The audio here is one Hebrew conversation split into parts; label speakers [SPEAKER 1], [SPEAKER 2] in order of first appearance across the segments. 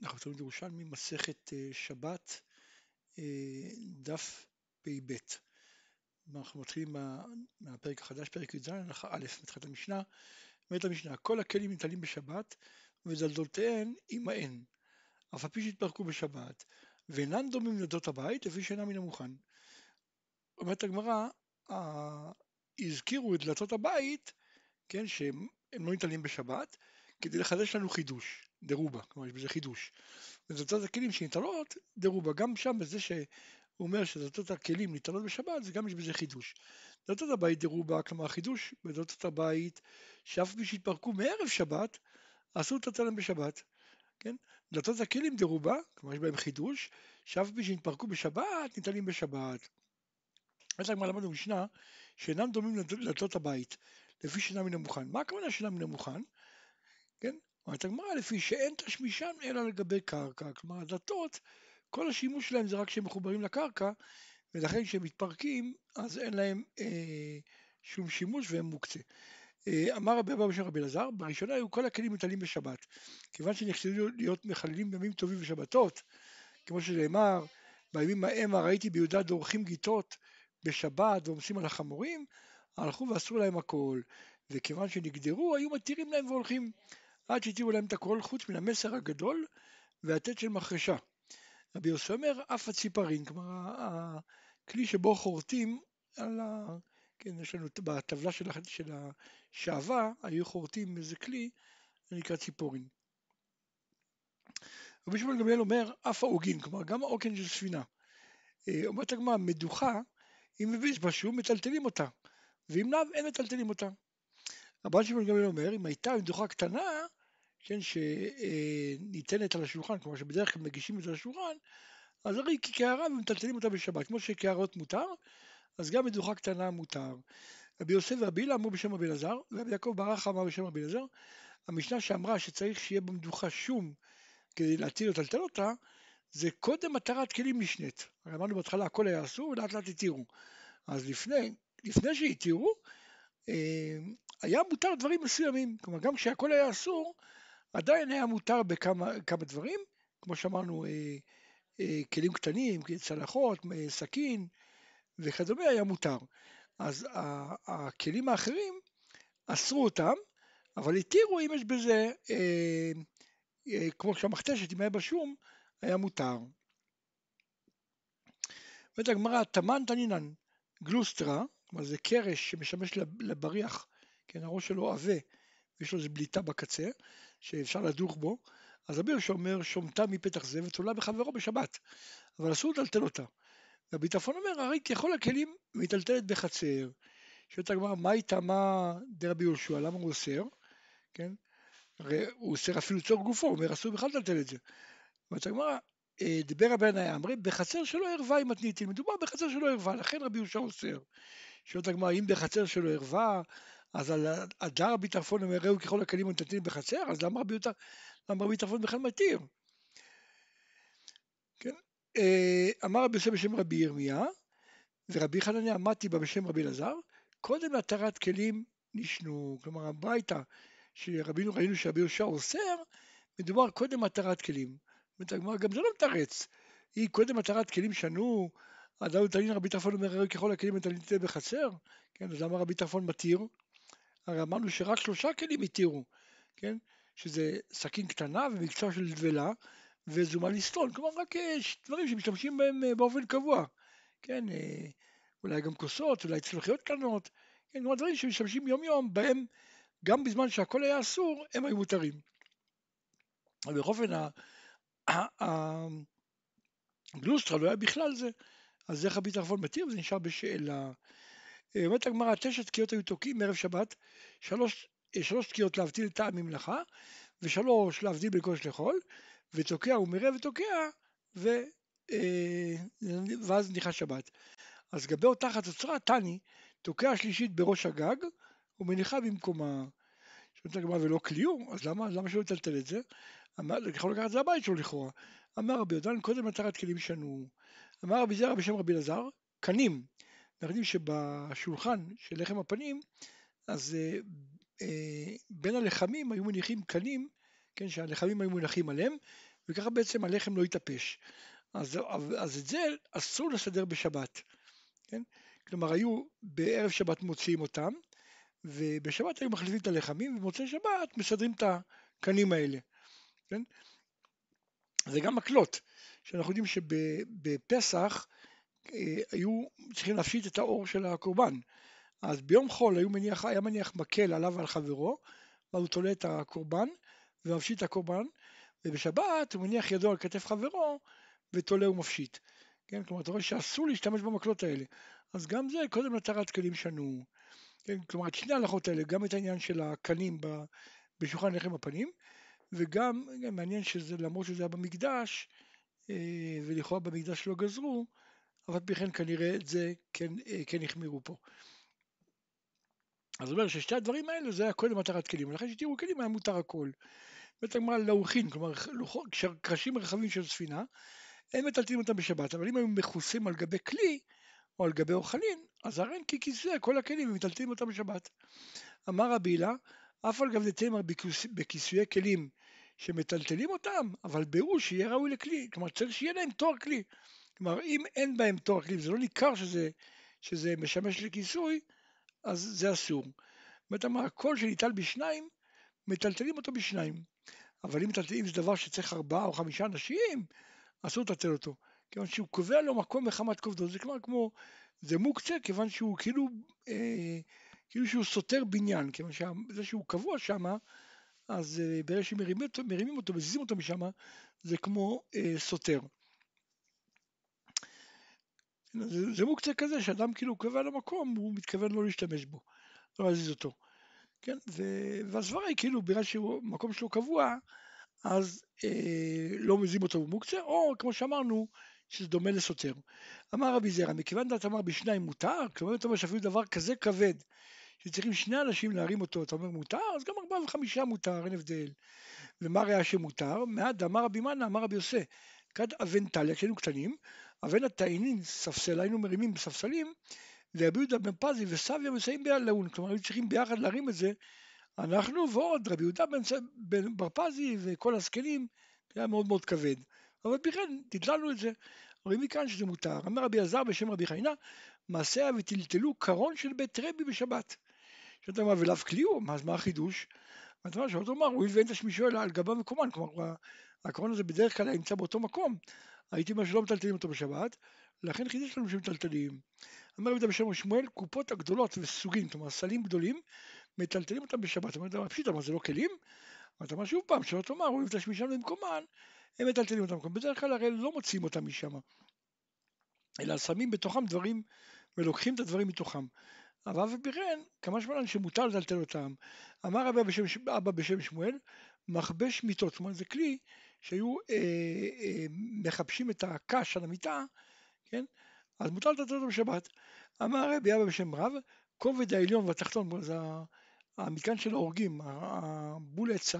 [SPEAKER 1] אנחנו תלמוד ירושלמי, מסכת שבת, דף פ"ב. אנחנו מתחילים מהפרק החדש, פרק י"ז, הלכה א', מתחילת המשנה. אומרת המשנה, כל הכלים ניטלים בשבת ודלדולתיהן עמהן, אף על פי שהתפרקו בשבת, ואינן דומים לדלתות הבית, לפי שאינם מן המוכן. אומרת הגמרא, הזכירו את דלתות הבית, כן, שהם לא ניטלים בשבת, כדי לחדש לנו חידוש, דרובה, כלומר יש בזה חידוש. ודלתות הכלים שניטלות, דרובה, גם שם בזה שהוא אומר שדלתות הכלים ניטלות בשבת, זה גם יש בזה חידוש. דלתות הבית דרובה, כלומר חידוש בדלתות הבית, שאף מי שהתפרקו מערב שבת, אסור לטלטלם בשבת, כן? דלתות הכלים דרובה, כלומר יש בהם חידוש, שאף מי שהתפרקו בשבת, ניטלים בשבת. אז הגמרא למדנו משנה, שאינם דומים לדלתות הבית, לפי שאינם מן המוכן. מה הכוונה שאינם מן המוכן? כן? אומרת הגמרא, לפי שאין תשמישן אלא לגבי קרקע, כלומר הדלתות, כל השימוש שלהם זה רק כשהם מחוברים לקרקע, ולכן כשהם מתפרקים אז אין להם שום שימוש והם מוקצה. אמר רבי אבא בשם רבי אלעזר, בראשונה היו כל הכלים ניטלים בשבת, כיוון שנחשבו להיות מחללים בימים טובים ושבתות, כמו שנאמר, בימים ההם ראיתי ביהודה דורכים גיטות בשבת ועומסים על החמורים, הלכו ואסרו להם הכל, וכיוון שנגדרו היו מתירים להם והולכים, עד שהתירו להם את הכל חוץ מן המסר הגדול והטט של מחרשה. רבי יוסי אומר, אף הציפרין, כלומר הכלי שבו חורטים על כן, יש לנו בטבלה של השעווה, היו חורטים איזה כלי, זה נקרא ציפורין. רבי שמעון גמליאל אומר, אף העוגין, כלומר גם העוקן של ספינה. אומרת הגמרא, מדוחה, אם מביש בשום, מטלטלים אותה, ואם לאו, אין מטלטלים אותה. רבי שמעון גמליאל אומר, אם הייתה מדוחה קטנה, כן, שניתנת על השולחן, כלומר שבדרך כלל מגישים את זה על השולחן, אז הרי כקערה ומטלטלים אותה בשבת, כמו שקערות מותר, אז גם מדוחה קטנה מותר. רבי יוסף ורבי הילה אמרו בשם רבי אלעזר, ורבי יעקב ברכה אמר בשם רבי אלעזר, המשנה שאמרה שצריך שיהיה במדוחה שום כדי להתיר לטלטל אותה, זה קודם מטרת כלים נשנית. הרי אמרנו בהתחלה הכל היה אסור ולאט לאט התירו. אז לפני שהתירו, היה מותר דברים מסוימים, כלומר גם כשהכל היה אסור, עדיין היה מותר בכמה דברים, כמו שאמרנו, כלים קטנים, צלחות, סכין וכדומה היה מותר. אז הכלים האחרים אסרו אותם, אבל התירו אם יש בזה, כמו שהמכתשת, אם היה בשום, היה מותר. אומרת הגמרא, תמן תנינן גלוסטרה, כלומר זה קרש שמשמש לבריח, כן, הראש שלו עבה, ויש לו איזו בליטה בקצה, שאפשר לדוך בו, אז רבי יהושע אומר, שומטה מפתח זה ותולה בחברו בשבת, אבל אסור לטלטל אותה. רבי טרפון אומר, הרי ככל הכלים מטלטלת בחצר. שואלת הגמרא, מה טעמה דרבי יהושע, למה הוא אוסר? כן? הרי הוא אוסר אפילו צור גופו, הוא אומר, אסור בכלל לטלטל את זה. אומרת הגמרא, דיבר רבי ינאי, אמרי, בחצר שלו ערווה היא מתניתין, מדובר בחצר שלו ערווה, לכן רבי יהושע אוסר. שואלת הגמרא, אם בחצר שלו ערווה, אז על הדר רבי טרפון אומר, ראו ככל הכלים מטלטלים בחצר, אז למה רבי טרפון בכלל מתיר? כן? אמר רבי יוסף בשם רבי ירמיה, ורבי חנניה מתי בה בשם רבי אלעזר, קודם להתרת כלים נשנו, כלומר הברייתא שרבינו ראינו שרבי יהושע אוסר, מדובר קודם התרת כלים. גם זה לא מתרץ, היא קודם התרת כלים שנו, אדם תלין רבי טרפון אומר ראו ככל הכלים מטלטלים בחצר, כן, אז למה רבי טרפון מתיר? הרי אמרנו שרק 3 כלים התירו, כן, שזה סכין קטנה ומקצוע של דבלה וזומה לסטון, כלומר רק דברים שמשתמשים בהם באופן קבוע, כן, אולי גם כוסות, אולי צלחיות קטנות, כן, כלומר דברים שמשתמשים יום יום בהם גם בזמן שהכל היה אסור הם היו מותרים. אבל באופן הגלוסטרה לא היה בכלל זה, אז איך רבי טרפון מתיר? וזה נשאר בשאלה. אומרת הגמרא, 9 תקיעות היו תוקעים מערב שבת, 3 תקיעות להבדיל טעם ממלאכה, ו3 להבדיל בין קודש לחול, ותוקע ומראה ותוקע, ואז נכנס שבת. אז גבי אותה חצוצרה, תני, תוקע שלישית בראש הגג, ומניחה במקומה. שואלת הגמרא ולא קליור, אז למה שלא יטלטל את זה? יכול לקחת את זה הבית שלו לכאורה. אמר רבי יהודה, קודם התרת כלים שנו. אמר רבי זרע בשם רבי אלעזר, קנים. אנחנו יודעים שבשולחן של לחם הפנים, אז בין הלחמים היו מניחים קנים, כן, שהלחמים היו מונחים עליהם, וככה בעצם הלחם לא יתאפש. אז את זה אסור לסדר בשבת, כן? כלומר, בערב שבת מוציאים אותם, ובשבת היו מחליפים את הלחמים, ובמוצאי שבת מסדרים את הקנים האלה, כן? זה גם מקלות, שאנחנו יודעים שבפסח היו צריכים להפשיט את האור של הקורבן. אז ביום חול היה מניח מקל עליו ועל חברו, ואז הוא תולה את הקורבן ומפשיט את הקורבן, ובשבת הוא מניח ידו על כתף חברו ותולה ומפשיט. כן? כלומר, אתה רואה שאסור להשתמש במקלות האלה. אז גם זה קודם לטהרת כלים שנו. כן? כלומר, את שני ההלכות האלה, גם את העניין של הקנים בשולחן לחם הפנים, וגם מעניין שזה למרות שזה היה במקדש, ולכאורה במקדש לא גזרו, אבל בכן כנראה את זה כן החמירו פה. אז הוא אומר ששתי הדברים האלה זה היה קודם מטרת כלים, ולכן שתראו כלים היה מותר הכל. בטח מה להוכין, כלומר קרשים רחבים של ספינה, הם מטלטלים אותם בשבת, אבל אם הם מכוסים על גבי כלי, או על גבי אוכלין, אז הרי כי כיסא כל הכלים הם מטלטלים אותם בשבת. אמר רבי הילה, אף על גב דתימר בכיסויי כלים שמטלטלים אותם, אבל ברור שיהיה ראוי לכלי, כלומר צריך שיהיה להם תואר כלי. כלומר אם אין בהם תואר כלי, זה לא ניכר שזה משמש לכיסוי, אז זה אסור. זאת אומרת, הכל שניטל בשניים, מטלטלים אותו בשניים. אבל אם מטלטלים זה דבר שצריך 4 או 5 אנשים, אסור לטלטל אותו. כיוון שהוא קובע לו מקום מחמת כובדו. זה כמו, זה מוקצה, כיוון שהוא כאילו שהוא סותר בניין. כיוון שזה שהוא קבוע שם, אז ברגע שמרימים אותו, מזיזים אותו משם, זה כמו סותר. זה מוקצה כזה, שאדם כאילו קובע לו מקום, הוא מתכוון לא להשתמש בו. לא להזיז אותו. כן? והסברה היא כאילו בגלל שמקום שלו קבוע, אז לא מזיזים אותו במוקצה, או כמו שאמרנו, שזה דומה לסותר. אמר רבי זרע, מכיוון דעת אמר בשניים מותר, כלומר אתה אומר שאפילו דבר כזה כבד, שצריכים 2 אנשים להרים אותו, אתה אומר מותר, אז גם 4 ו5 מותר, אין הבדל. ומה ראה שמותר? מעט אמר רבי מנה, אמר רבי יוסי, כד אבן טליה, כשהיינו קטנים, אבן התאינין ספסל, היינו מרימים בספסלים, ורבי יהודה בן פזי וסביה מסייעים ביד לאון, כלומר היו צריכים ביחד להרים את זה, אנחנו ועוד רבי יהודה בן בר פזי וכל הזקנים, זה היה מאוד מאוד כבד. אבל בכן, תדלנו את זה. רואים מכאן שזה מותר. אמר רבי עזר בשם רבי חיינה, מעשיה וטלטלו קרון של בית רבי בשבת. שאתה אומר, ולאו כליאו, אז מה החידוש? אתה אומר, שאתה אומר, הואיל ואין תשמישו אלא על גבם מקומן, כלומר, הקרון הזה בדרך כלל נמצא באותו מקום. הייתי אומר שלא מטלטלים אותו בשבת, לכן חידש לנו שמטלטלים. אמר רבי בשם שמואל, קופות הגדולות וסוגים, כלומר, סלים גדולים, מטלטלים אותם בשבת. אתה אומר, פשוט, אבל זה לא כלים? אתה אומר שוב פעם, שלא תאמר, הוא יפתש משם למקומן, הם מטלטלים אותם. בדרך כלל הרי לא מוציאים אותם משם, אלא שמים בתוכם דברים ולוקחים את הדברים מתוכם. אבל ובכן, כמה שמלן שמותר לטלטל אותם. אמר אבא בשם שמואל, מכבש מיטות, זאת אומרת זה כלי שהיו מחבשים את הקש על המיטה, כן? אז מותר לטלטל אותו בשבת. אמר רבי אבא בשם רב, כובד העליון והתחתון, זה המתקן של ההורגים, הבולץ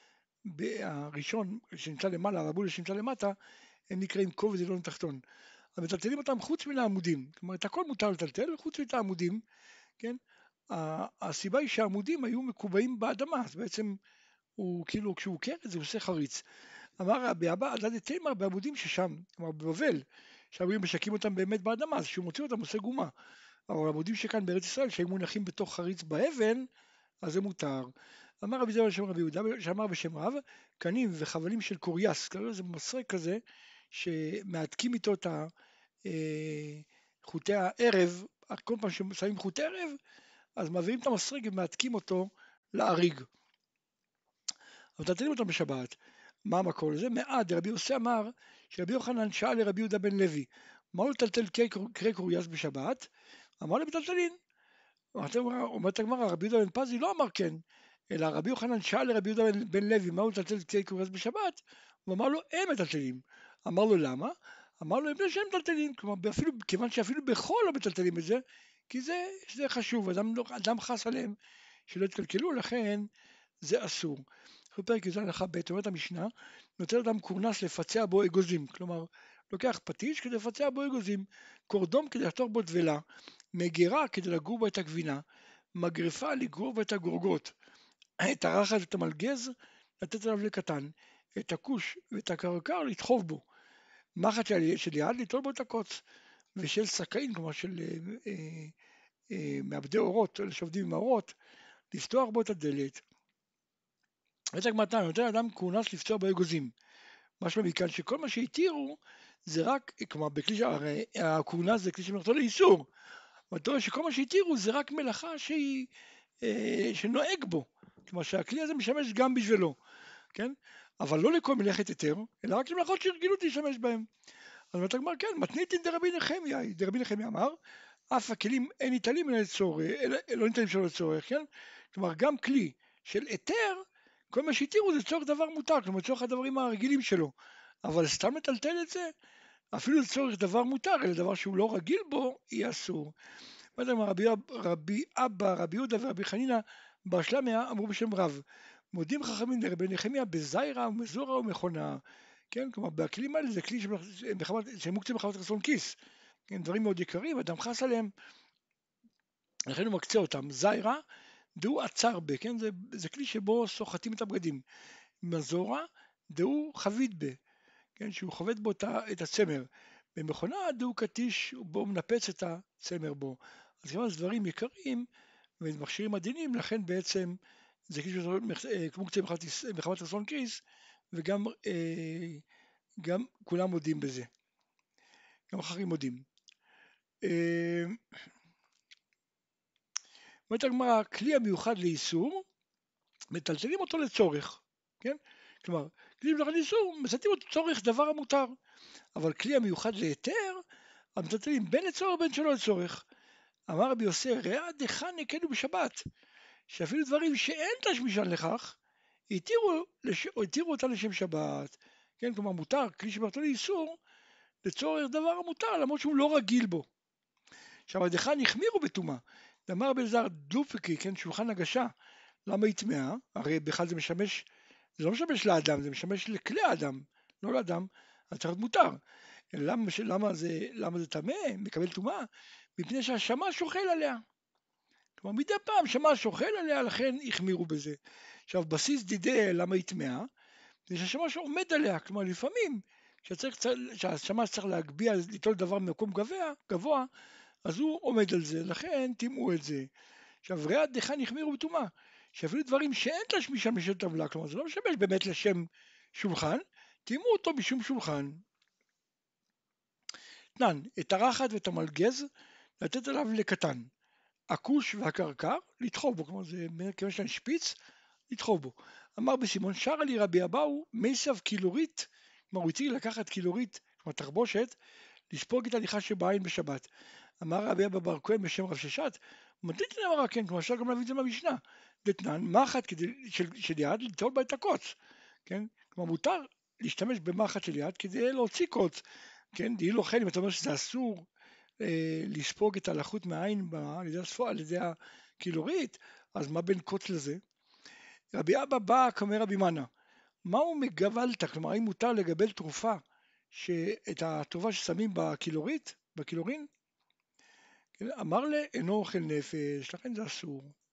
[SPEAKER 1] הראשון שנמצא למעלה והבולץ שנמצא למטה, הם נקראים כובד עליון ותחתון. אז מטלטלים אותם חוץ מן העמודים, כלומר את הכל מותר לטלטל חוץ מן העמודים, כן? הסיבה היא שהעמודים היו מקובעים באדמה, אז בעצם הוא כאילו כשהוא קר את זה הוא עושה חריץ. אמר רבי אבא, עד תימר בעמודים ששם, כלומר בבבל, שם היו משקים אותם באמת באדמה, אז כשהוא מוציא אותם עושה גומה. אבל העמודים שכאן בארץ ישראל, שהיו מונחים בתוך חריץ באבן, אז זה מותר. אמר רבי זרע בשם רבי יהודה, שאמר בשם רב, קנים וחבלים של קוריאס, זה מסרק כזה, שמעתקים איתו את חוטי הערב, כל פעם ששמים חוטי ערב, אז מעבירים את המסרק ומעתקים אותו לאריג. אבל תטלים אותם בשבת. מה המקור לזה? מעד, רבי יוסי אמר, שרבי יוחנן שאל לרבי יהודה בן לוי, מה הוא לטלטל קרי קוריאס בשבת? אמר לו מטלטלין. אומרת הגמרא, רבי יהודה בן פזי לא אמר כן, אלא רבי יוחנן שאל לרבי יהודה בן לוי מה הוא לטלטל קרי קוריאס בשבת, הוא אמר לו הם מטלטלים. אמר לו למה? אמר לו הם שהם מטלטלים, כלומר כיוון שאפילו בחול לא מטלטלים את זה, כי זה חשוב, אדם חס עליהם שלא יתקלקלו, לכן זה אסור. בפרק י"ז הלכה ב' אומרת המשנה, נוטל אדם קורנס לפצע בו אגוזים, כלומר לוקח פטיש כדי לפצע בו אגוזים, קורדום כדי לחתוך בו דבלה, מגירה כדי לגור בה את הגבינה, מגרפה לגרור בה את הגורגות, את הרחת ואת המלגז לתת עליו לקטן, את הכוש ואת הקרקר לדחוב בו, מחט של יד ליטול בו את הקוץ, ושל סכין, כלומר של מעבדי אורות, אלה שעובדים עם האורות, לפתוח בו את הדלת. את הגמרא נותן לאדם כהונס לפתוח בו אגוזים. משמע מכאן שכל מה שהתירו זה רק, כלומר הרי הכהונס זה כלי שמלאכתו לאיסור, ואתה רואה שכל מה שהתירו זה רק מלאכה שנוהג בו, כלומר שהכלי הזה משמש גם בשבילו, כן? אבל לא לכל מלאכת היתר, אלא רק למלאכות שהרגילו להשתמש בהם. אז אומרת הגמרא, כן, מתניתין דרבי נחמיה, דרבי נחמיה אמר, אף הכלים אין ניטלים לא ניטלים שלא לצורך, כן? כלומר גם כלי של היתר, כל מה שהתירו זה צורך דבר מותר, כלומר צורך הדברים הרגילים שלו, אבל סתם לטלטל את זה, אפילו לצורך דבר מותר, אלא דבר שהוא לא רגיל בו, יהיה אסור. רבי אבא, רבי יהודה ורבי חנינא בר שלמיה אמרו בשם רב, מודים חכמים לרבי נחמיה בזיירה ומזורה ומכונה, כן, כלומר בכלים האלה זה כלי שמוקצה מחמת רצון כיס, כן, דברים מאוד יקרים, אדם חס עליהם, לכן הוא מקצה אותם. זיירה דהו עצר בה, כן, זה כלי שבו סוחטים את הבגדים. מזורה דהו חביד בה, כן, שהוא חובד בו את הצמר. במכונה דהו קטיש בו הוא מנפץ את הצמר בו. אז כמובן זה דברים יקרים ומכשירים עדינים, לכן בעצם זה כלי שמוקצה מחמת רצון כיס, וגם גם כולם מודים בזה, גם אחרים מודים. אומרת הגמרא, כלי המיוחד לאיסור, מטלטלים אותו לצורך, כן? כלומר, כלי המיוחד לאיסור, מסתים אותו צורך דבר המותר, אבל כלי המיוחד להיתר, מטלטלים בין לצורך ובין שלא לצורך. אמר רבי יוסי, ראה דחני נקנו בשבת, שאפילו דברים שאין תשמישן לכך, התירו אותה לשם שבת, כן? כלומר, מותר, כלי שמטלטל לאיסור, לצורך דבר המותר, למרות שהוא לא רגיל בו. עכשיו, הדחן החמירו בטומאה. אמר רבי אלעזר דלופקי, כן, שולחן הגשה, למה היא טמאה? הרי בכלל זה משמש, זה לא משמש לאדם, זה משמש לכלי האדם, לא לאדם, אז צריך להיות מותר. למה זה טמא, מקבל טומאה? מפני שהשמש שוחל עליה. כלומר, מדי פעם שמש שוחל עליה, לכן החמירו בזה. עכשיו, בסיס דידי, למה היא טמאה? זה שהשמש עומד עליה, כלומר, לפעמים, שהשמש צריך להגביה, ליטול דבר ממקום גבוה, אז הוא עומד על זה, לכן טימאו את זה. עכשיו, ראה דחן החמירו בטומאה, שאפילו דברים שאין תשמישן משל טבלה, כלומר זה לא משמש באמת לשם שולחן, טימאו אותו משום שולחן. תנן, את הרחת ואת המלגז, לתת עליו לקטן, הכוש והקרקר, לדחוב בו, כלומר זה כיוון שלהם שפיץ, לדחוב בו. אמר בסימון, שרה לי רבי אבאו, מייסב קילורית, כלומר הוא הציג לקחת קילורית, כלומר תחבושת, לספוג את ההליכה שבעין בשבת. אמר רבי אבא בר כהן בשם רב ששת, מדליתן אמרה כן, כלומר אפשר גם להביא את זה מהמשנה, דתנן, מחט של יד ליטול בה את הקוץ, כן, כלומר מותר להשתמש במחט של יד כדי להוציא קוץ, כן, דהי לא כן, אם אתה אומר שזה אסור לספוג את הלחות מהעין על ידי הקילורית, אז מה בין קוץ לזה? רבי אבא בא כאומר רבי מנה, מהו מגבלת, כלומר האם מותר לגבל תרופה, את התרופה ששמים בקילורין, אמר לה, אינו אוכל נפש, לכן זה אסור.